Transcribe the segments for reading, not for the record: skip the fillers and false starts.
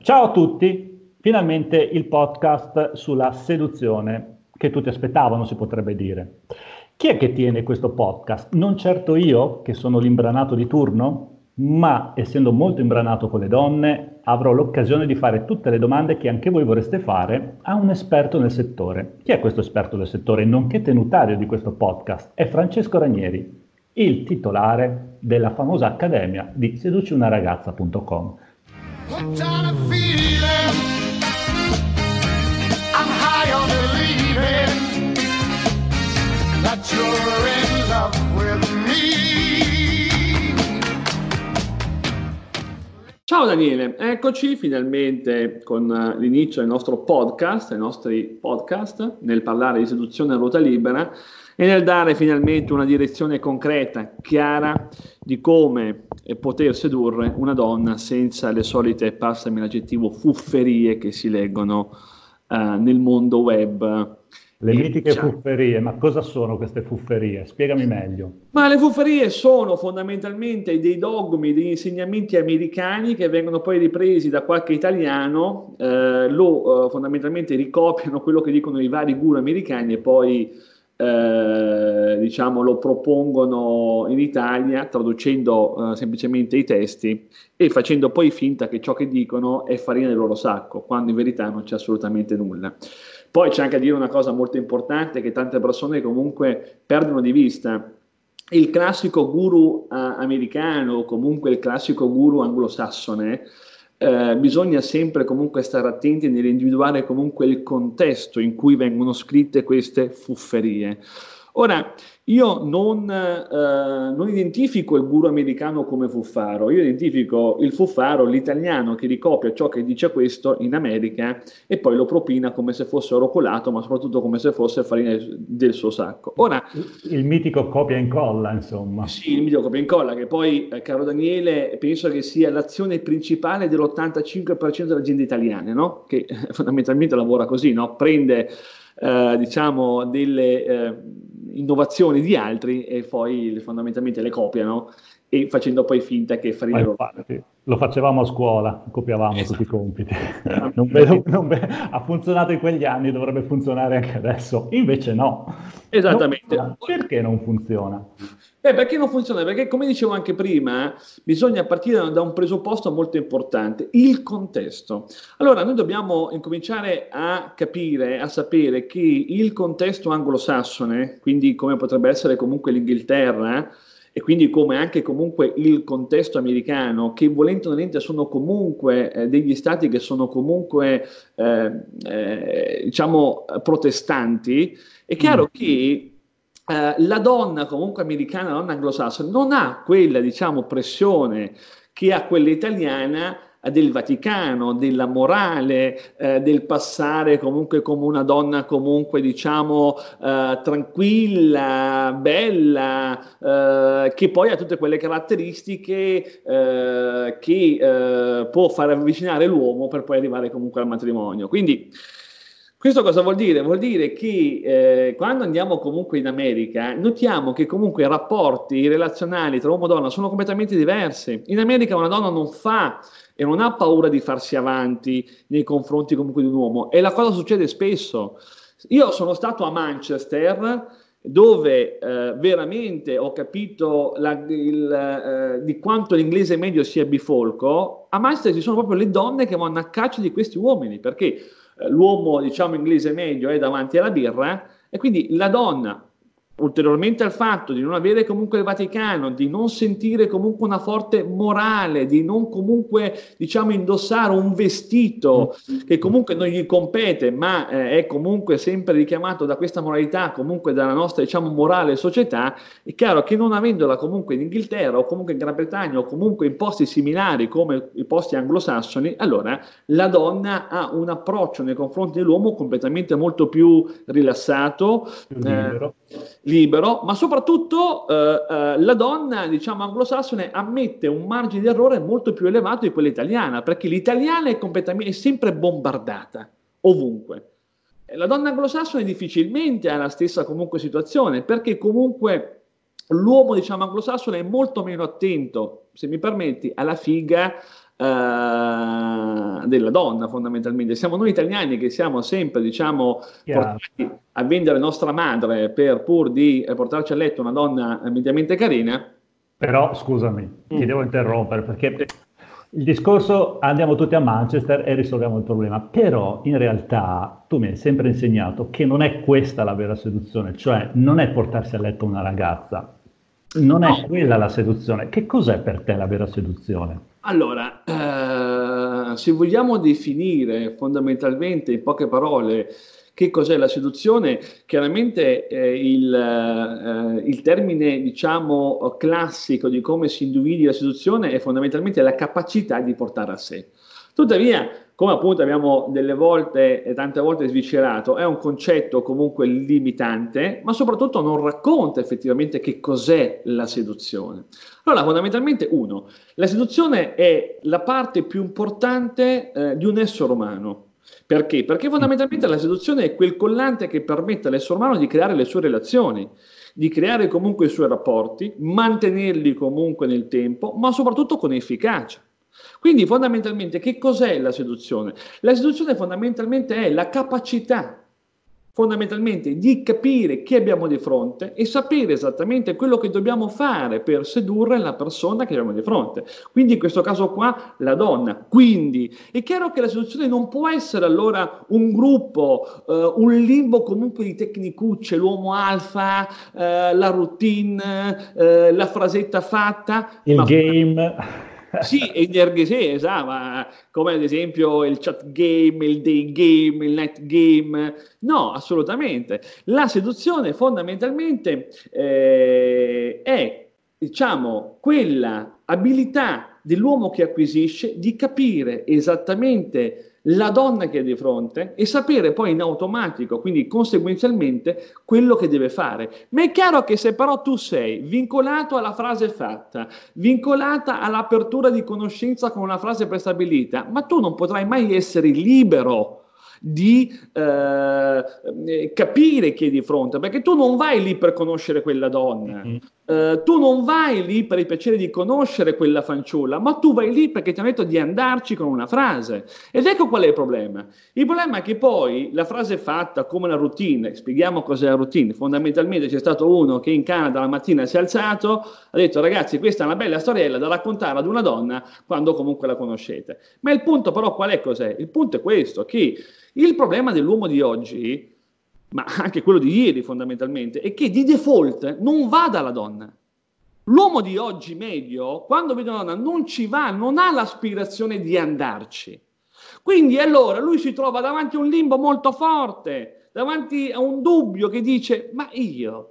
Ciao a tutti, finalmente il podcast sulla seduzione che tutti aspettavano, si potrebbe dire. Chi è che tiene questo podcast? Non certo io, che sono l'imbranato di turno, ma essendo molto imbranato con le donne, avrò l'occasione di fare tutte le domande che anche voi vorreste fare a un esperto nel settore. Chi è questo esperto del settore, nonché tenutario di questo podcast? È Francesco Ranieri, il titolare della famosa accademia di seduciunaragazza.com. I'm high on believing that you're in love with me. Ciao Daniele, eccoci finalmente con l'inizio del nostro podcast, dei nostri podcast, nel parlare di seduzione a ruota libera e nel dare finalmente una direzione concreta, chiara di come poter sedurre una donna senza le solite, passami l'aggettivo, fufferie che si leggono nel mondo web. Le mitiche fufferie, ma cosa sono queste fufferie? Spiegami meglio. Ma le fufferie sono fondamentalmente dei dogmi, degli insegnamenti americani che vengono poi ripresi da qualche italiano, fondamentalmente ricopiano quello che dicono i vari guru americani e poi lo propongono in Italia traducendo semplicemente i testi e facendo poi finta che ciò che dicono è farina del loro sacco, quando in verità non c'è assolutamente nulla. Poi c'è anche a dire una cosa molto importante che tante persone comunque perdono di vista. Il classico guru americano o comunque il classico guru anglosassone, bisogna sempre comunque stare attenti nell'individuare comunque il contesto in cui vengono scritte queste fufferie. Ora, io non identifico il guru americano come fuffaro, io identifico il fuffaro, l'italiano che ricopia ciò che dice questo in America e poi lo propina come se fosse oro colato, ma soprattutto come se fosse farina del suo sacco. Ora, il mitico copia e incolla, insomma. Sì, il mitico copia e incolla, che poi, caro Daniele, penso che sia l'azione principale dell'85% delle aziende italiane, no? Che fondamentalmente lavora così, no? Prende delle innovazioni di altri e poi fondamentalmente le copiano e facendo poi finta che farina loro. Lo facevamo a scuola, copiavamo tutti i compiti. Ha funzionato in quegli anni, dovrebbe funzionare anche adesso. Invece no. Esattamente. Perché non funziona? Perché non funziona? Perché, come dicevo anche prima, bisogna partire da un presupposto molto importante, il contesto. Allora, noi dobbiamo incominciare a capire, a sapere che il contesto anglosassone, quindi come potrebbe essere comunque l'Inghilterra, e quindi come anche comunque il contesto americano, che volente o nolente sono comunque degli stati che sono comunque, protestanti, è chiaro che la donna comunque americana, la donna anglosassone, non ha quella, pressione che ha quella italiana del Vaticano, della morale, del passare comunque come una donna comunque tranquilla, bella, che poi ha tutte quelle caratteristiche che può far avvicinare l'uomo per poi arrivare comunque al matrimonio. Quindi questo cosa vuol dire? Vuol dire che quando andiamo comunque in America notiamo che comunque i rapporti relazionali tra uomo e donna sono completamente diversi. In America una donna non fa e non ha paura di farsi avanti nei confronti comunque di un uomo e la cosa succede spesso. Io sono stato a Manchester dove veramente ho capito di quanto l'inglese medio sia bifolco. A Manchester ci sono proprio le donne che vanno a caccia di questi uomini perché l'uomo inglese medio è davanti alla birra e quindi la donna, ulteriormente al fatto di non avere comunque il Vaticano, di non sentire comunque una forte morale, di non comunque indossare un vestito che comunque non gli compete, ma è comunque sempre richiamato da questa moralità, comunque dalla nostra morale società, è chiaro che non avendola comunque in Inghilterra o comunque in Gran Bretagna o comunque in posti similari come i posti anglosassoni, allora la donna ha un approccio nei confronti dell'uomo completamente molto più rilassato, libero, ma soprattutto la donna, anglosassone ammette un margine di errore molto più elevato di quella italiana, perché l'italiana è sempre bombardata, ovunque. La donna anglosassone difficilmente ha la stessa comunque situazione, perché comunque l'uomo anglosassone è molto meno attento, se mi permetti, alla figa, della donna, fondamentalmente. Siamo noi italiani che siamo sempre, diciamo, Chiaro. portati a vendere nostra madre pur di portarci a letto una donna mediamente carina. Però scusami, ti devo interrompere perché il discorso andiamo tutti a Manchester e risolviamo il problema, però in realtà tu mi hai sempre insegnato che non è questa la vera seduzione, cioè non è portarsi a letto una ragazza, non è quella la seduzione. Che cos'è per te la vera seduzione? Allora, se vogliamo definire fondamentalmente in poche parole che cos'è la seduzione, chiaramente il termine, diciamo, classico di come si individua la seduzione è fondamentalmente la capacità di portare a sé. Tuttavia, come appunto abbiamo tante volte sviscerato, è un concetto comunque limitante, ma soprattutto non racconta effettivamente che cos'è la seduzione. Allora, fondamentalmente, la seduzione è la parte più importante di un essere umano. Perché? Perché fondamentalmente la seduzione è quel collante che permette all'essere umano di creare le sue relazioni, di creare comunque i suoi rapporti, mantenerli comunque nel tempo, ma soprattutto con efficacia. Quindi fondamentalmente che cos'è la seduzione? La seduzione fondamentalmente è la capacità fondamentalmente di capire chi abbiamo di fronte e sapere esattamente quello che dobbiamo fare per sedurre la persona che abbiamo di fronte. Quindi in questo caso qua la donna. Quindi è chiaro che la seduzione non può essere allora un gruppo, un limbo comunque di tecnicucce, l'uomo alfa, la routine, la frasetta fatta. Il ma game. sì, esatto, ma come ad esempio il chat game, il day game, il night game. No, assolutamente. La seduzione fondamentalmente è, diciamo, quella abilità dell'uomo che acquisisce di capire esattamente la donna che è di fronte e sapere poi in automatico, quindi conseguenzialmente, quello che deve fare. Ma è chiaro che se però tu sei vincolato alla frase fatta, vincolata all'apertura di conoscenza con una frase prestabilita, ma tu non potrai mai essere libero di capire chi è di fronte, perché tu non vai lì per conoscere quella donna, tu non vai lì per il piacere di conoscere quella fanciulla, ma tu vai lì perché ti hanno detto di andarci con una frase. Ed ecco qual è il problema. Il problema è che poi la frase fatta come la routine, spieghiamo cos'è la routine, fondamentalmente c'è stato uno che in Canada la mattina si è alzato, ha detto ragazzi questa è una bella storiella da raccontare ad una donna quando comunque la conoscete. Ma il punto però qual è cos'è? Il punto è questo, che il problema dell'uomo di oggi, ma anche quello di ieri fondamentalmente, è che di default non va dalla donna. L'uomo di oggi medio, quando vede una donna, non ci va, non ha l'aspirazione di andarci. Quindi allora lui si trova davanti a un limbo molto forte, davanti a un dubbio che dice, ma io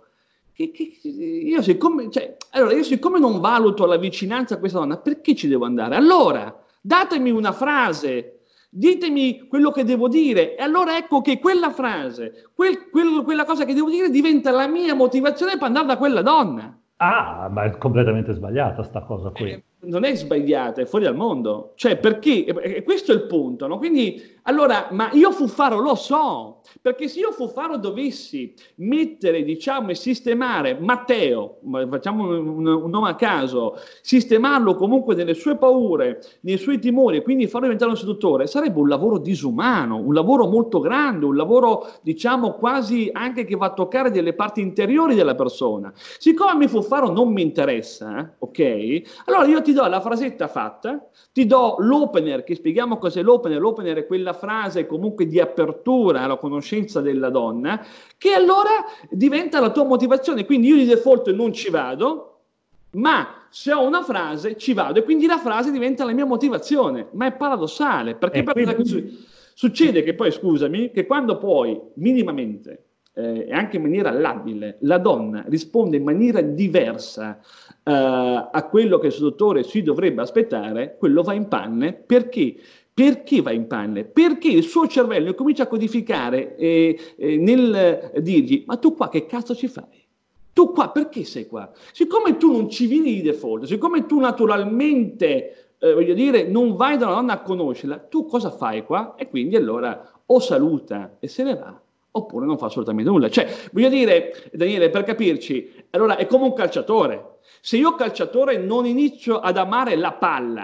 siccome non valuto la vicinanza a questa donna, perché ci devo andare? Allora, datemi una frase, ditemi quello che devo dire, e allora ecco che quella frase, quella cosa che devo dire diventa la mia motivazione per andare da quella donna. Ah, ma è completamente sbagliata sta cosa qui. Non è sbagliata, è fuori dal mondo. Cioè, perché? E questo è il punto, no? Quindi, allora, ma io Fufaro lo so, perché se io Fufaro dovessi mettere, diciamo, e sistemare Matteo, facciamo un nome a caso, sistemarlo comunque nelle sue paure, nei suoi timori, e quindi farlo diventare un seduttore, sarebbe un lavoro disumano, un lavoro molto grande, un lavoro, diciamo, quasi anche che va a toccare delle parti interiori della persona. Siccome a me Fufaro non mi interessa, ok? Allora io ti do la frasetta fatta, ti do l'opener, che spieghiamo cos'è l'opener. L'opener è quella frase comunque di apertura alla conoscenza della donna, che allora diventa la tua motivazione. Quindi io di default non ci vado, ma se ho una frase ci vado e quindi la frase diventa la mia motivazione. Ma è paradossale, perché succede che poi, scusami, che quando poi minimamente e anche in maniera labile la donna risponde in maniera diversa a quello che il seduttore si dovrebbe aspettare, quello va in panne. Perché? Perché va in panne? Perché il suo cervello comincia a codificare nel dirgli: ma tu qua che cazzo ci fai? Tu qua perché sei qua? Siccome tu non ci vieni di default, siccome tu naturalmente voglio dire, non vai da una donna a conoscerla, tu cosa fai qua? E quindi allora o saluta e se ne va, oppure non fa assolutamente nulla. Cioè, voglio dire, Daniele, per capirci, allora è come un calciatore. Se io calciatore non inizio ad amare la palla,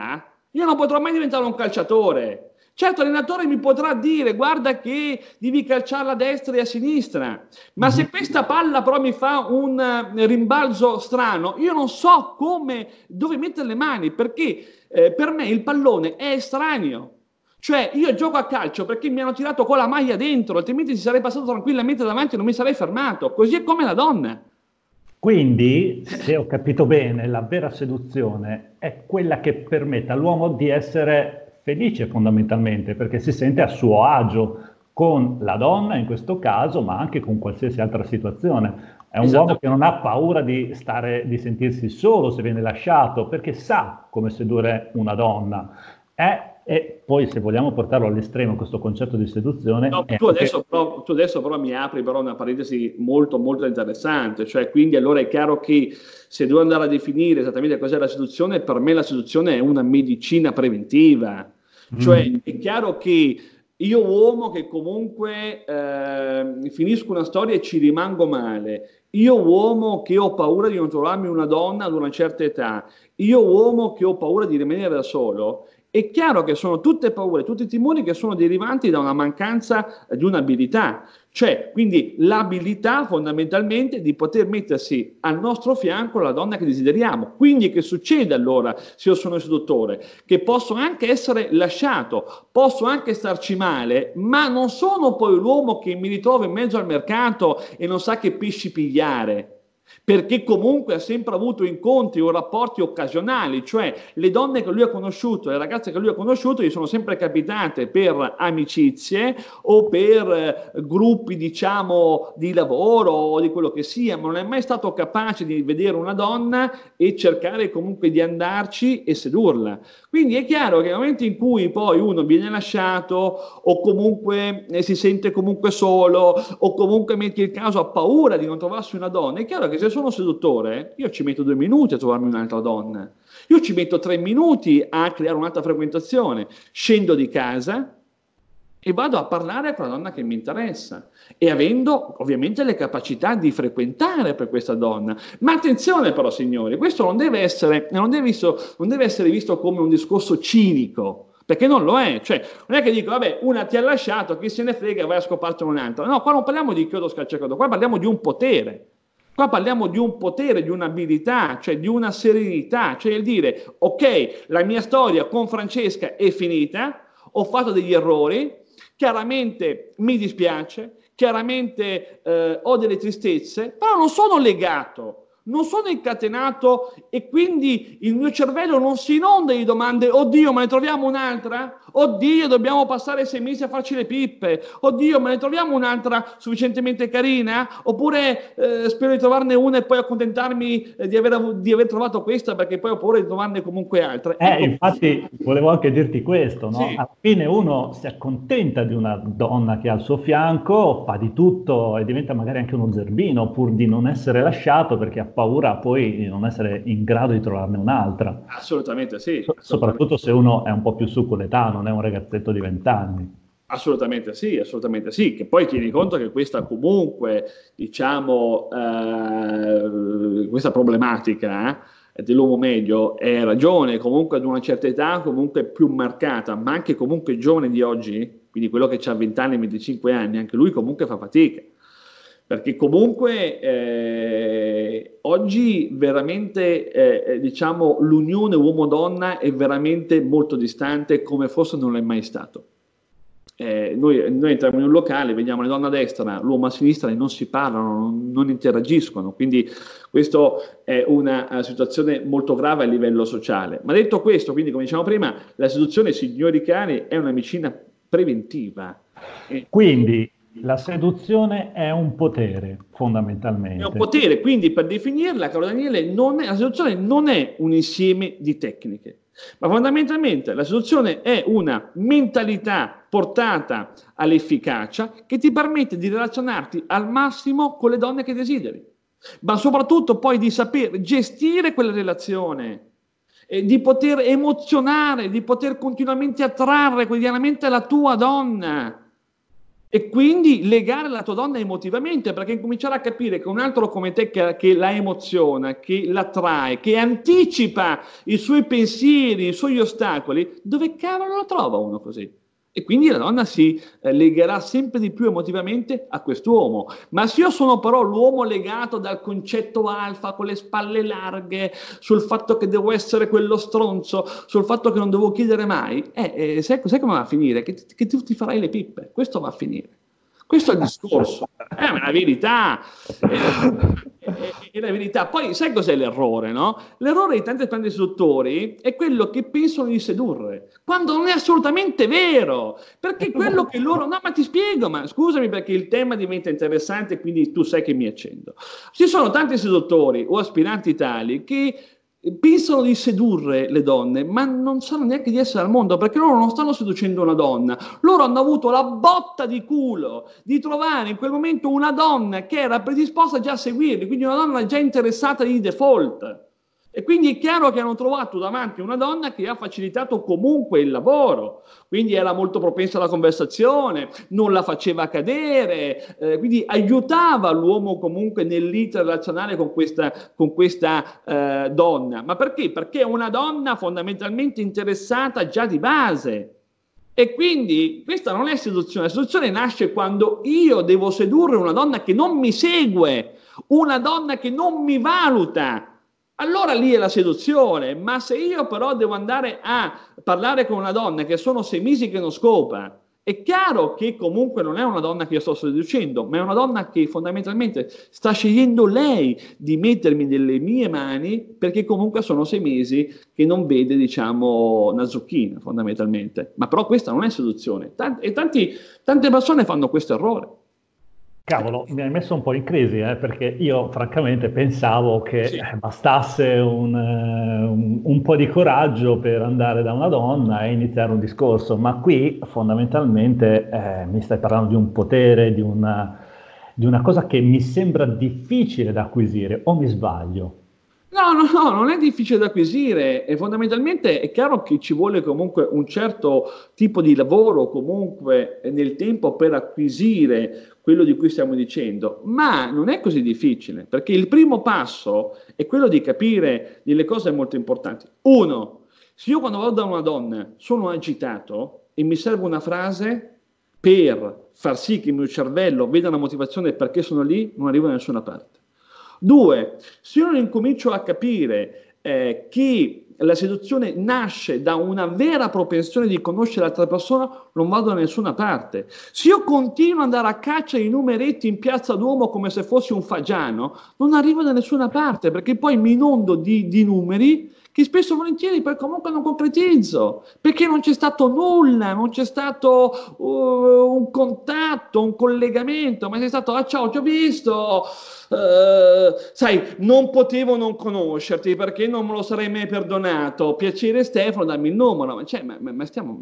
Io non potrò mai diventare un calciatore. Certo, l'allenatore mi potrà dire: guarda che devi calciarla a destra e a sinistra, ma se questa palla però mi fa un rimbalzo strano, io non so dove mettere le mani, perché per me il pallone è estraneo. Cioè, io gioco a calcio perché mi hanno tirato con la maglia dentro, altrimenti si sarei passato tranquillamente davanti e non mi sarei fermato. Così è come la donna. Quindi, se ho capito bene, la vera seduzione è quella che permette all'uomo di essere felice fondamentalmente, perché si sente a suo agio con la donna in questo caso, ma anche con qualsiasi altra situazione. È un uomo che non ha paura di sentirsi solo se viene lasciato, perché sa come sedurre una donna. E poi, se vogliamo portarlo all'estremo, questo concetto di seduzione... No, tu adesso però mi apri però una parentesi molto molto interessante, cioè quindi allora è chiaro che se devo andare a definire esattamente cos'è la seduzione, per me la seduzione è una medicina preventiva, cioè è chiaro che io uomo che comunque finisco una storia e ci rimango male, io uomo che ho paura di non trovarmi una donna ad una certa età, io uomo che ho paura di rimanere da solo, è chiaro che sono tutte paure, tutti i timori che sono derivanti da una mancanza di un'abilità, cioè quindi l'abilità fondamentalmente di poter mettersi al nostro fianco la donna che desideriamo. Quindi che succede allora se io sono il seduttore? Che posso anche essere lasciato, posso anche starci male, ma non sono poi l'uomo che mi ritrovo in mezzo al mercato e non sa che pesci pigliare, perché comunque ha sempre avuto incontri o rapporti occasionali, cioè le donne che lui ha conosciuto, le ragazze che lui ha conosciuto gli sono sempre capitate per amicizie o per gruppi diciamo di lavoro o di quello che sia, ma non è mai stato capace di vedere una donna e cercare comunque di andarci e sedurla. Quindi è chiaro che nel momento in cui poi uno viene lasciato o comunque si sente comunque solo o comunque metti il caso ha paura di non trovarsi una donna, è chiaro che se sono seduttore io ci metto 2 minuti a trovarmi un'altra donna, io ci metto 3 minuti a creare un'altra frequentazione, scendo di casa e vado a parlare con la donna che mi interessa e avendo ovviamente le capacità di frequentare per questa donna. Ma attenzione però signori, questo non deve essere visto come un discorso cinico, perché non lo è, cioè non è che dico vabbè una ti ha lasciato, chi se ne frega, vai a scopartene un'altra. No, qua non parliamo di chiodo scalciacato, qua parliamo di un potere. Qua parliamo di un potere, di un'abilità, cioè di una serenità, cioè il dire ok, la mia storia con Francesca è finita, ho fatto degli errori, chiaramente mi dispiace, chiaramente ho delle tristezze, però non sono legato, non sono incatenato e quindi il mio cervello non si inonda di domande: oddio, ma ne troviamo un'altra? Oddio, dobbiamo passare 6 mesi a farci le pippe? Oddio, ma ne troviamo un'altra sufficientemente carina? Oppure spero di trovarne una e poi accontentarmi di aver trovato questa, perché poi ho paura di trovarne comunque altre. Infatti volevo anche dirti questo, no? Sì. Alla fine uno si accontenta di una donna che ha al suo fianco, fa di tutto e diventa magari anche uno zerbino pur di non essere lasciato, perché ha paura poi di non essere in grado di trovarne un'altra. Assolutamente sì. Soprattutto se uno è un po' più su con l'età, non è un ragazzetto di 20 anni. Assolutamente sì, che poi tieni conto che questa comunque, diciamo, questa problematica dell'uomo medio è ragione comunque ad una certa età comunque più marcata, ma anche comunque il giovane di oggi, quindi quello che ha 20 anni, 25 anni, anche lui comunque fa fatica. Perché comunque oggi veramente diciamo l'unione uomo-donna è veramente molto distante, come forse non è mai stato. Noi entriamo in un locale, vediamo le donne a destra, l'uomo a sinistra e non si parlano, non interagiscono, quindi questo è una situazione molto grave a livello sociale. Ma detto questo, quindi come diciamo prima, la seduzione, signori cari, è una medicina preventiva. Quindi la seduzione è un potere, fondamentalmente. È un potere, quindi per definirla, caro Daniele, la seduzione non è un insieme di tecniche, ma fondamentalmente la seduzione è una mentalità portata all'efficacia che ti permette di relazionarti al massimo con le donne che desideri, ma soprattutto poi di saper gestire quella relazione, di poter emozionare, di poter continuamente attrarre quotidianamente la tua donna. E quindi legare la tua donna emotivamente, perché cominciare a capire che un altro come te che la emoziona, che l'attrae, che anticipa i suoi pensieri, i suoi ostacoli, dove cavolo lo trova uno così? E quindi la donna si legherà sempre di più emotivamente a quest'uomo. Ma se io sono però l'uomo legato dal concetto alfa, con le spalle larghe, sul fatto che devo essere quello stronzo, sul fatto che non devo chiedere mai, sai come va a finire? Che tu ti farai le pippe. Questo va a finire. Questo è il discorso. È una verità. È la verità. Poi sai cos'è l'errore, no? L'errore di tanti seduttori è quello che pensano di sedurre, quando non è assolutamente vero, perché quello che loro... No, ma ti spiego, ma scusami perché il tema diventa interessante, quindi tu sai che mi accendo. Ci sono tanti seduttori o aspiranti tali che pensano di sedurre le donne, ma non sanno neanche di essere al mondo, perché loro non stanno seducendo una donna, loro hanno avuto la botta di culo di trovare in quel momento una donna che era predisposta già a seguirli, quindi una donna già interessata di default. E quindi è chiaro che hanno trovato davanti una donna che ha facilitato comunque il lavoro, quindi era molto propensa alla conversazione, non la faceva cadere, quindi aiutava l'uomo comunque nell'iter relazionale con questa donna. Ma perché? Perché è una donna fondamentalmente interessata già di base. E quindi questa non è seduzione, la seduzione nasce quando io devo sedurre una donna che non mi segue, una donna che non mi valuta. Allora lì è la seduzione, ma se io però devo andare a parlare con una donna che sono 6 mesi che non scopa, è chiaro che comunque non è una donna che io sto seducendo, ma è una donna che fondamentalmente sta scegliendo lei di mettermi nelle mie mani, perché comunque sono 6 mesi che non vede, diciamo, una zucchina fondamentalmente. Ma però questa non è seduzione. Tante persone fanno questo errore. Cavolo, mi hai messo un po' in crisi, perché io francamente pensavo che bastasse un po' di coraggio per andare da una donna e iniziare un discorso, ma qui fondamentalmente mi stai parlando di un potere, di una cosa che mi sembra difficile da acquisire, o mi sbaglio? No, non è difficile da acquisire e fondamentalmente è chiaro che ci vuole comunque un certo tipo di lavoro comunque nel tempo per acquisire quello di cui stiamo dicendo, ma non è così difficile, perché il primo passo è quello di capire delle cose molto importanti. Uno, se io quando vado da una donna sono agitato e mi serve una frase per far sì che il mio cervello veda una motivazione perché sono lì, non arrivo da nessuna parte. 2, se io non incomincio a capire che la seduzione nasce da una vera propensione di conoscere l'altra persona, non vado da nessuna parte. Se io continuo ad andare a caccia i numeretti in Piazza Duomo come se fossi un fagiano, non arrivo da nessuna parte, perché poi mi inondo di numeri che spesso e volentieri poi comunque non concretizzo, perché non c'è stato nulla, non c'è stato un contatto, un collegamento, ma c'è stato, ciao, ti ho visto, sai, non potevo non conoscerti perché non me lo sarei mai perdonato, piacere Stefano, dammi il numero, ma stiamo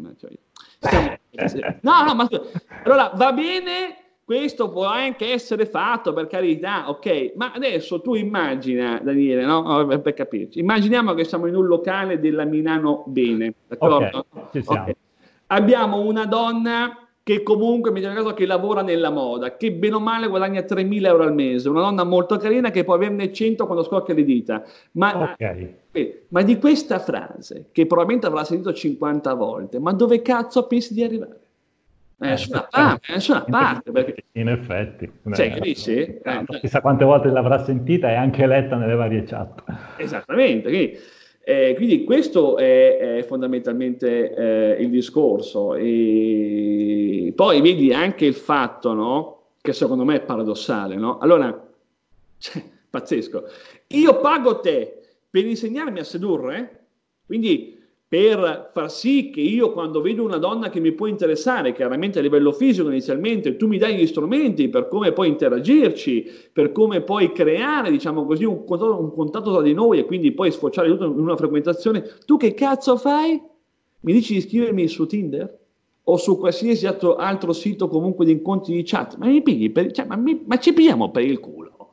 no, ma allora va bene. Questo può anche essere fatto, per carità, ok, ma adesso tu immagina, Daniele, no? Per capirci, immaginiamo che siamo in un locale della Milano Bene, d'accordo? Okay. Abbiamo una donna che comunque, mi caso, che lavora nella moda, che bene o male guadagna 3.000 euro al mese, una donna molto carina che può averne 100 quando scocca le dita, ma di questa frase, che probabilmente avrà sentito 50 volte, ma dove cazzo pensi di arrivare? Nessuna parte, perché... In effetti, capisci? Chissà quante volte l'avrà sentita e anche letta nelle varie chat. Esattamente, quindi questo è fondamentalmente il discorso. E poi vedi anche il fatto, no? Che secondo me è paradossale, no? Allora, pazzesco, io pago te per insegnarmi a sedurre, quindi per far sì che io, quando vedo una donna che mi può interessare, chiaramente a livello fisico inizialmente, tu mi dai gli strumenti per come poi interagirci, per come poi creare, diciamo così, un contatto tra di noi e quindi poi sfociare tutto in una frequentazione. Tu che cazzo fai? Mi dici di iscrivermi su Tinder? O su qualsiasi altro sito comunque di incontri di chat? Ma mi pigli ma ci pigliamo per il culo?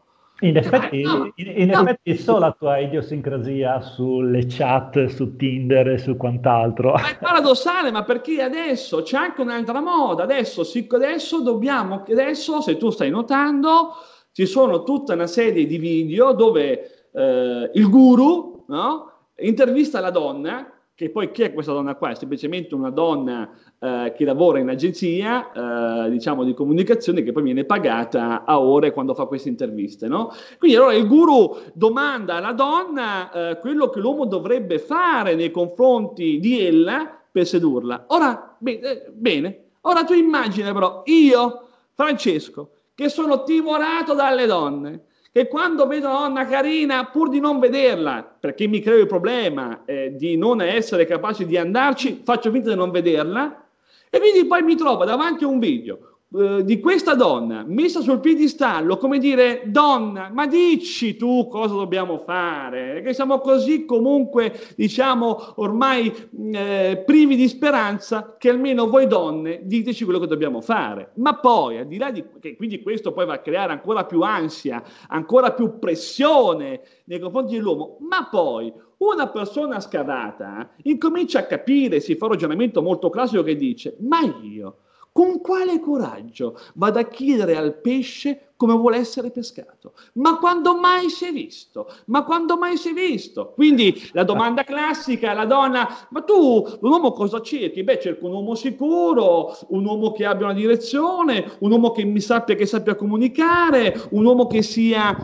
In effetti, No, in no. effetti so la tua idiosincrasia sulle chat, su Tinder e su quant'altro. Ma è paradossale, ma perché adesso c'è anche un'altra moda? Adesso dobbiamo, adesso se tu stai notando, ci sono tutta una serie di video dove il guru, no, intervista la donna, che poi chi è questa donna qua? È semplicemente una donna che lavora in agenzia, diciamo, di comunicazione, che poi viene pagata a ore quando fa queste interviste, no? Quindi allora il guru domanda alla donna quello che l'uomo dovrebbe fare nei confronti di ella per sedurla. Ora, bene, ora tu immagina però, io, Francesco, che sono timorato dalle donne, che quando vedo una donna carina, pur di non vederla, perché mi creo il problema di non essere capace di andarci, faccio finta di non vederla, e quindi poi mi trovo davanti a un video di questa donna messa sul piedistallo, come dire, donna, ma dici tu cosa dobbiamo fare? Che siamo così comunque, diciamo, ormai privi di speranza, che almeno voi donne diteci quello che dobbiamo fare. Ma poi, al di là di che quindi questo poi va a creare ancora più ansia, ancora più pressione nei confronti dell'uomo, ma poi una persona scavata incomincia a capire, si fa un ragionamento molto classico che dice, ma io con quale coraggio vado a chiedere al pesce come vuole essere pescato? Ma quando mai si è visto? Ma quando mai si è visto? Quindi la domanda classica, la donna, ma tu, un uomo cosa cerchi? Beh, cerco un uomo sicuro, un uomo che abbia una direzione, un uomo che mi sappia, che sappia comunicare, un uomo che sia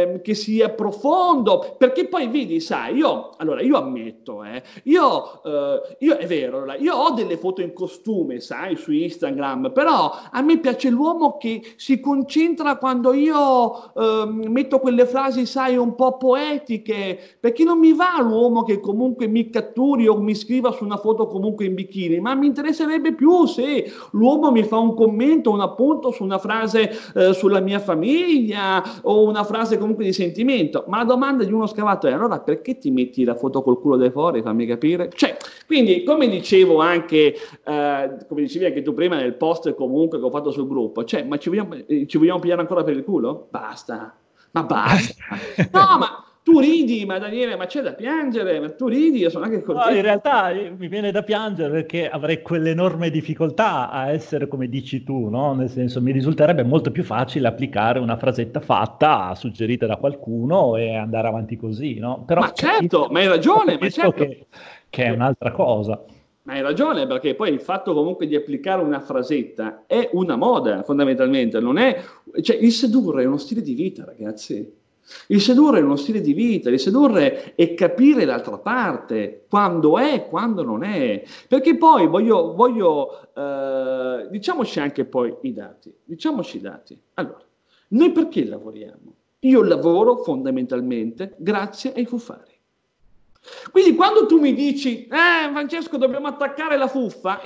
profondo, perché poi vedi, sai, io ammetto, io è vero, io ho delle foto in costume, sai, su Instagram, però a me piace l'uomo che si concentra quando io metto quelle frasi, sai, un po' poetiche, perché non mi va l'uomo che comunque mi catturi o mi scriva su una foto comunque in bikini, ma mi interesserebbe più se l'uomo mi fa un commento, un appunto su una frase sulla mia famiglia o una frase comunque di sentimento. Ma la domanda di uno scavato è, allora perché ti metti la foto col culo dei fuori? Fammi capire. Cioè, quindi, come dicevo anche, come dicevi anche tu prima nel post comunque che ho fatto sul gruppo, cioè, ma ci vogliamo pigliare ancora per il culo? Basta, ma basta. No, ma tu ridi, ma Daniele, ma c'è da piangere, ma tu ridi, io sono anche No, contento. in realtà mi viene da piangere perché avrei quell'enorme difficoltà a essere come dici tu, no? Nel senso, mi risulterebbe molto più facile applicare una frasetta fatta, suggerita da qualcuno e andare avanti così, no? Però Ma certo, ma hai ragione, ma capisco certo. che è un'altra cosa. Ma hai ragione, perché poi il fatto comunque di applicare una frasetta è una moda, fondamentalmente, non è... Cioè, il sedurre è uno stile di vita, ragazzi. Il sedurre è uno stile di vita, il sedurre è capire l'altra parte, quando è, quando non è. Perché poi diciamoci anche poi i dati, diciamoci i dati. Allora, noi perché lavoriamo? Io lavoro fondamentalmente grazie ai fufari. Quindi quando tu mi dici, Francesco, dobbiamo attaccare la fuffa,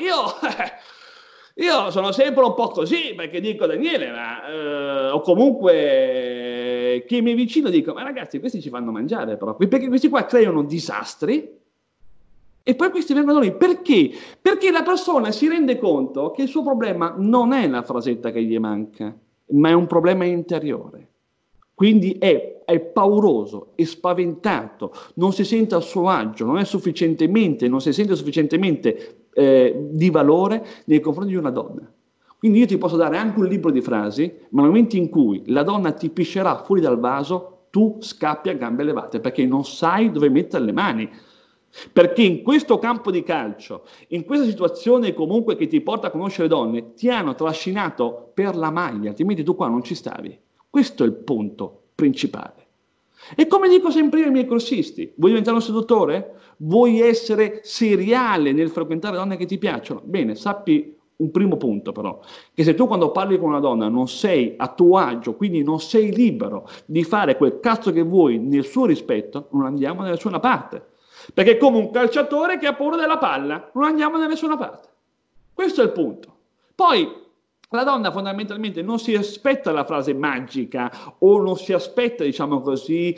io sono sempre un po' così, perché dico, Daniele, o comunque chi mi è vicino dico, ma ragazzi, questi ci fanno mangiare proprio, perché questi qua creano disastri e poi questi vengono da noi. Perché? Perché la persona si rende conto che il suo problema non è la frasetta che gli manca, ma è un problema interiore. Quindi è pauroso, è spaventato, non si sente a suo agio, non si sente sufficientemente di valore nei confronti di una donna. Quindi io ti posso dare anche un libro di frasi, ma nel momento in cui la donna ti piscerà fuori dal vaso, tu scappi a gambe levate, perché non sai dove mettere le mani. Perché in questo campo di calcio, in questa situazione comunque che ti porta a conoscere donne, ti hanno trascinato per la maglia, altrimenti tu qua non ci stavi. Questo è il punto principale. E come dico sempre io ai miei corsisti, vuoi diventare un seduttore? Vuoi essere seriale nel frequentare donne che ti piacciono? Bene, sappi un primo punto però, che se tu quando parli con una donna non sei a tuo agio, quindi non sei libero di fare quel cazzo che vuoi nel suo rispetto, non andiamo da nessuna parte. Perché è come un calciatore che ha paura della palla, non andiamo da nessuna parte. Questo è il punto. Poi la donna fondamentalmente non si aspetta la frase magica o non si aspetta, diciamo così,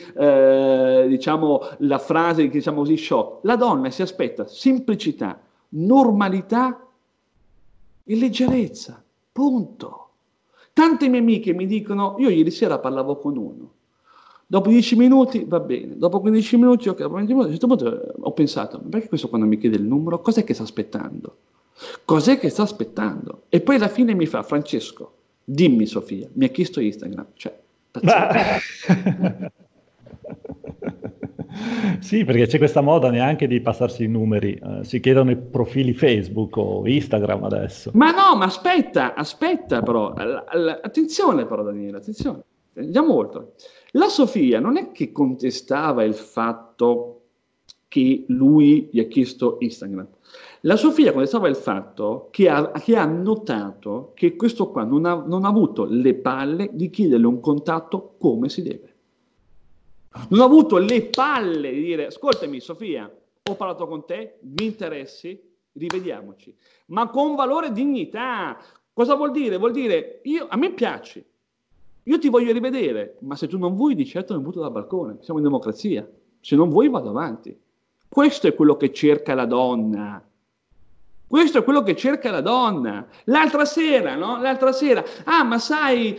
la frase, diciamo così, shock. La donna si aspetta semplicità, normalità e leggerezza. Punto. Tante mie amiche mi dicono, io ieri sera parlavo con uno, Dopo 10 minuti va bene, dopo 15 minuti, ok, dopo 20 minuti, a un certo punto ho pensato, ma perché questo quando mi chiede il numero, cos'è che sta aspettando? Cos'è che sta aspettando? E poi alla fine mi fa, Francesco, dimmi Sofia, mi ha chiesto Instagram, cioè, pazzesco. Sì, perché c'è questa moda neanche di passarsi i numeri, si chiedono i profili Facebook o Instagram adesso. Ma no, ma aspetta però, attenzione però Daniele, attenzione, andiamo oltre. La Sofia non è che contestava il fatto che lui gli ha chiesto Instagram. La Sofia contestava il fatto che ha notato che questo qua non ha avuto le palle di chiederle un contatto come si deve. Non ha avuto le palle di dire, ascoltami Sofia, ho parlato con te, mi interessi, rivediamoci. Ma con valore e dignità. Cosa vuol dire? Vuol dire, a me piaci, io ti voglio rivedere, ma se tu non vuoi, di certo non butto dal balcone, siamo in democrazia. Se non vuoi, vado avanti. Questo è quello che cerca la donna. Questo è quello che cerca la donna. L'altra sera, no? L'altra sera, ma sai,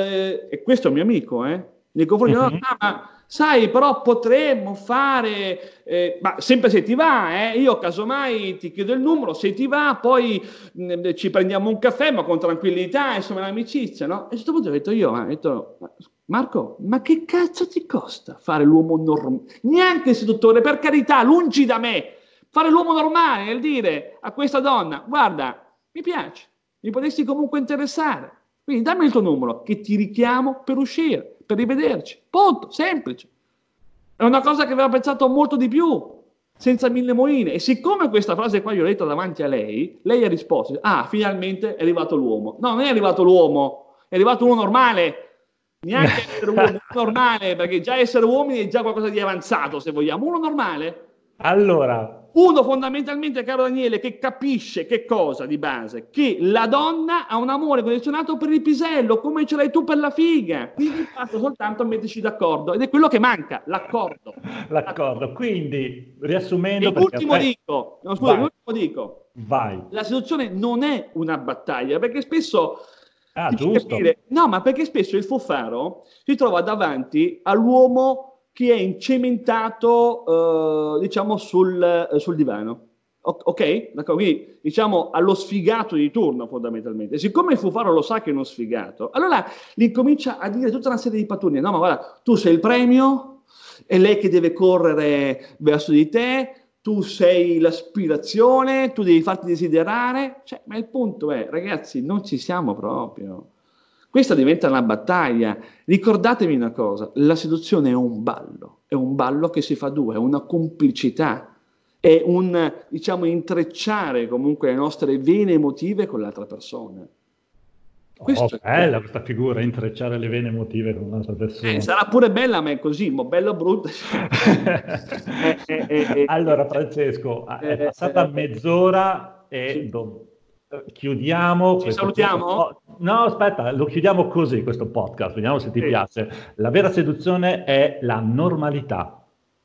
e questo è un mio amico, nei confronti di ma sai, però potremmo fare, ma sempre se ti va, io casomai ti chiedo il numero, se ti va, poi ci prendiamo un caffè, ma con tranquillità, insomma, l'amicizia, no? E a un certo punto ho detto, Marco, ma che cazzo ti costa fare l'uomo normale? Neanche il seduttore, per carità, lungi da me. Fare l'uomo normale nel dire a questa donna, guarda, mi piace, mi potresti comunque interessare, quindi dammi il tuo numero che ti richiamo per uscire, per rivederci, punto, semplice. È una cosa che aveva pensato molto di più, senza mille moine, e siccome questa frase qua io l'ho letta davanti a lei ha risposto, finalmente è arrivato l'uomo. No, non è arrivato l'uomo, è arrivato uno normale, neanche essere uomo normale, perché già essere uomini è già qualcosa di avanzato, se vogliamo, uno normale. Allora, uno fondamentalmente, caro Daniele, che capisce che cosa di base? Che la donna ha un amore condizionato per il pisello, come ce l'hai tu per la figa. Quindi basta soltanto metterci d'accordo. Ed è quello che manca, l'accordo. L'accordo. Quindi, riassumendo... L'ultimo dico, vai. La seduzione non è una battaglia, perché spesso... giusto. ma perché spesso il fufaro si trova davanti all'uomo che è incementato, diciamo, sul divano. Ok? D'accordo? Quindi, diciamo, allo sfigato di turno, fondamentalmente. E siccome il fufaro lo sa che è uno sfigato, allora gli comincia a dire tutta una serie di pattuglie. No, ma guarda, tu sei il premio, è lei che deve correre verso di te, tu sei l'aspirazione, tu devi farti desiderare. Cioè, ma il punto è, ragazzi, non ci siamo proprio. Questa diventa una battaglia. Ricordatevi una cosa, la seduzione è un ballo che si fa due, è una complicità, è un, diciamo, intrecciare comunque le nostre vene emotive con l'altra persona. Bella questa figura, intrecciare le vene emotive con un'altra persona. Sarà pure bella, ma è così, ma bello brutto. Allora, Francesco, è passata mezz'ora e... Sì. Chiudiamo. Ci salutiamo? No, aspetta, lo chiudiamo così questo podcast, vediamo se ti piace. La vera seduzione è la normalità.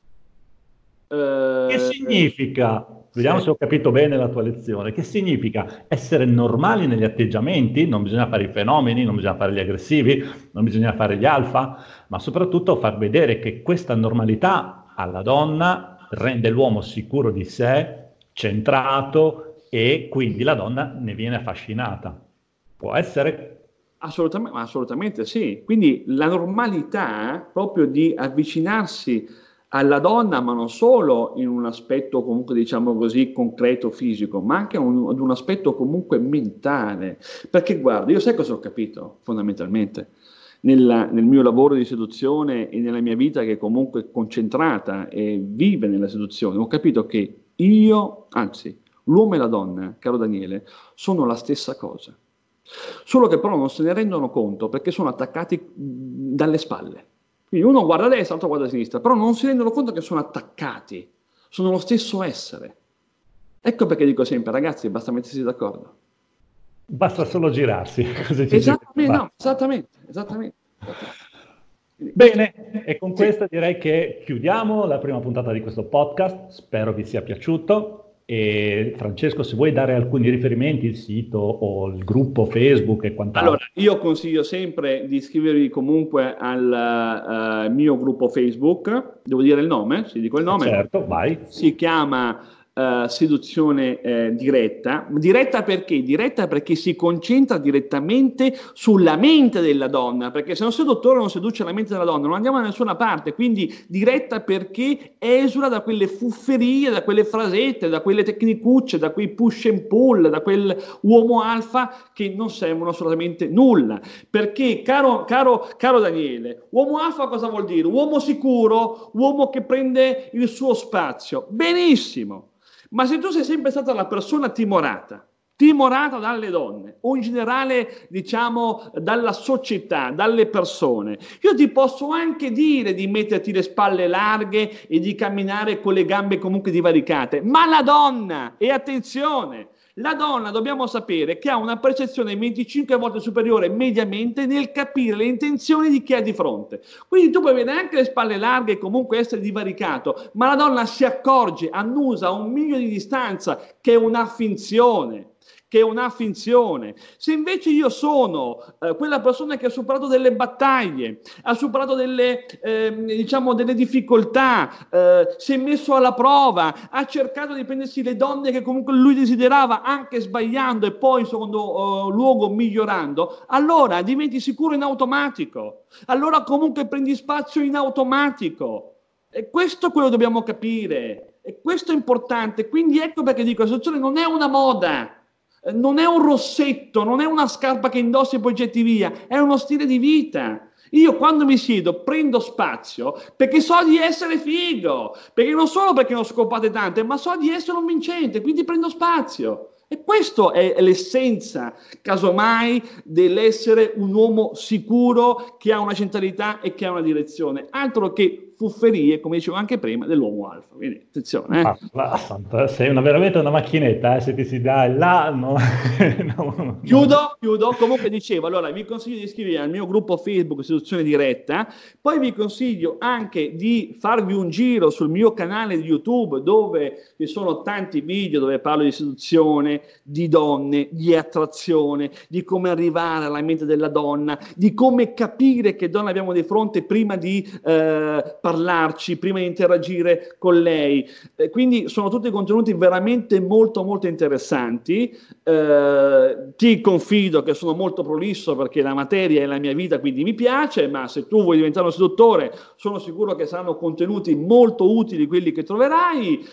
Che significa? Vediamo se ho capito bene la tua lezione. Che significa essere normali negli atteggiamenti? Non bisogna fare i fenomeni, non bisogna fare gli aggressivi, non bisogna fare gli alfa, ma soprattutto far vedere che questa normalità alla donna rende l'uomo sicuro di sé, centrato, e quindi la donna ne viene affascinata. Può essere? Assolutamente sì. Quindi la normalità proprio di avvicinarsi alla donna, ma non solo in un aspetto comunque, diciamo così, concreto, fisico, ma anche ad un aspetto comunque mentale. Perché guarda, io sai cosa ho capito fondamentalmente nel mio lavoro di seduzione e nella mia vita che è comunque concentrata e vive nella seduzione? Ho capito che l'uomo e la donna, caro Daniele, sono la stessa cosa. Solo che però non se ne rendono conto perché sono attaccati dalle spalle. Quindi uno guarda a destra, l'altro guarda a sinistra, però non si rendono conto che sono attaccati, sono lo stesso essere. Ecco perché dico sempre, ragazzi, basta mettersi d'accordo. Basta solo girarsi. Esattamente. Bene, e con questo direi che chiudiamo la prima puntata di questo podcast. Spero vi sia piaciuto. E Francesco, se vuoi dare alcuni riferimenti, il sito o il gruppo Facebook e quant'altro. Allora, io consiglio sempre di iscrivervi comunque al mio gruppo Facebook. Devo dire il nome? Se dico il nome. Certo, vai. Si chiama Seduzione diretta. Diretta perché? Diretta perché si concentra direttamente sulla mente della donna, perché se un seduttore non seduce la mente della donna non andiamo da nessuna parte. Quindi diretta perché esula da quelle fufferie, da quelle frasette, da quelle tecnicucce, da quei push and pull, da quel uomo alfa che non servono assolutamente nulla. Perché, caro Daniele, uomo alfa cosa vuol dire? Uomo sicuro, uomo che prende il suo spazio. Benissimo. Ma se tu sei sempre stata la persona timorata dalle donne o in generale, diciamo, dalla società, dalle persone, io ti posso anche dire di metterti le spalle larghe e di camminare con le gambe comunque divaricate, ma la donna, e attenzione, la donna dobbiamo sapere che ha una percezione 25 volte superiore mediamente nel capire le intenzioni di chi è di fronte. Quindi tu puoi avere anche le spalle larghe e comunque essere divaricato, ma la donna si accorge, annusa a 1 miglio di distanza che è una finzione. Se invece io sono quella persona che ha superato delle battaglie, ha superato delle difficoltà, si è messo alla prova, ha cercato di prendersi le donne che comunque lui desiderava, anche sbagliando e poi in secondo luogo migliorando, allora diventi sicuro in automatico, allora comunque prendi spazio in automatico. E questo è quello che dobbiamo capire, e questo è importante. Quindi ecco perché dico, la situazione non è una moda, non è un rossetto, non è una scarpa che indossi e poi getti via, è uno stile di vita. Io quando mi siedo prendo spazio perché so di essere figo, perché non solo perché ne ho scopate tante, ma so di essere un vincente, quindi prendo spazio. E questo è l'essenza, casomai, dell'essere un uomo sicuro che ha una centralità e che ha una direzione, altro che fufferie, come dicevo anche prima, dell'uomo alfa. Quindi attenzione. Sei veramente una macchinetta, se ti si dà là. No. Chiudo. Comunque dicevo, allora vi consiglio di iscrivervi al mio gruppo Facebook Seduzione Diretta, poi vi consiglio anche di farvi un giro sul mio canale di YouTube, dove ci sono tanti video dove parlo di seduzione, di donne, di attrazione, di come arrivare alla mente della donna, di come capire che donna abbiamo di fronte prima di parlarci, prima di interagire con lei. Quindi sono tutti contenuti veramente molto molto interessanti. Ti confido che sono molto prolisso perché la materia è la mia vita, quindi mi piace, ma se tu vuoi diventare un seduttore sono sicuro che saranno contenuti molto utili quelli che troverai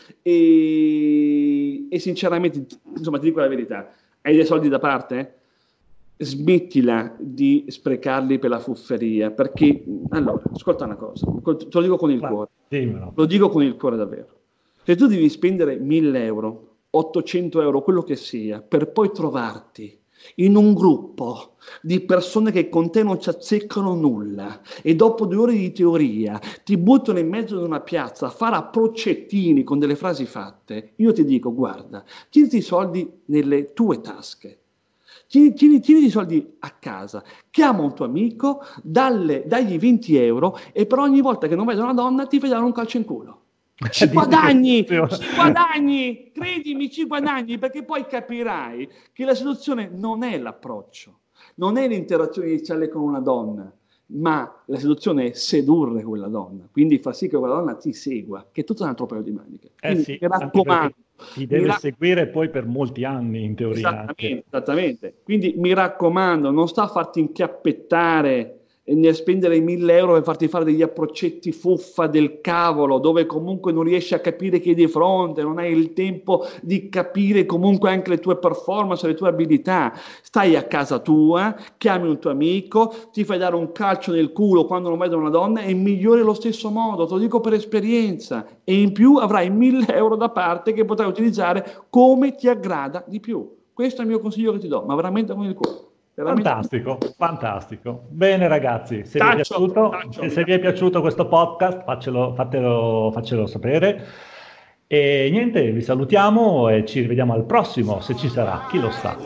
e sinceramente, insomma, ti dico la verità, hai dei soldi da parte? Smettila di sprecarli per la fufferia, perché allora, ascolta una cosa, te lo dico con il cuore, lo dico con il cuore davvero. Se tu devi spendere 1.000 euro, 800 euro, quello che sia, per poi trovarti in un gruppo di persone che con te non ci azzeccano nulla e dopo 2 ore di teoria ti buttano in mezzo ad una piazza a fare approccettini con delle frasi fatte, io ti dico, guarda, tieniti i soldi nelle tue tasche. Tieni i soldi a casa, chiama un tuo amico, dagli 20 euro e per ogni volta che non vedi una donna ti fai dare un calcio in culo. Ci guadagni, credimi, ci guadagni, perché poi capirai che la seduzione non è l'approccio, non è l'interazione iniziale con una donna, ma la seduzione è sedurre quella donna, quindi far sì che quella donna ti segua, che è tutto un altro paio di maniche. Quindi, sì, mi raccomando. Ti deve seguire poi per molti anni, in teoria. Esattamente. Quindi mi raccomando, non sta a farti inchiappettare nel spendere 1.000 euro per farti fare degli approccetti fuffa del cavolo, dove comunque non riesci a capire chi è di fronte, non hai il tempo di capire comunque anche le tue performance, le tue abilità. Stai a casa tua, chiami un tuo amico, ti fai dare un calcio nel culo quando non vedi una donna e migliori allo stesso modo, te lo dico per esperienza, e in più avrai 1.000 euro da parte che potrai utilizzare come ti aggrada di più. Questo è il mio consiglio che ti do, ma veramente con il cuore. Fantastico. Bene ragazzi, se vi è piaciuto questo podcast faccelo sapere. E niente, vi salutiamo e ci rivediamo al prossimo, se ci sarà, chi lo sa.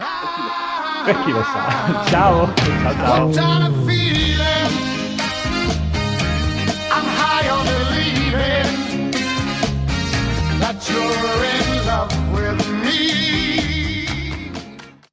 Ciao. I'm high on believing that you're in love. with me.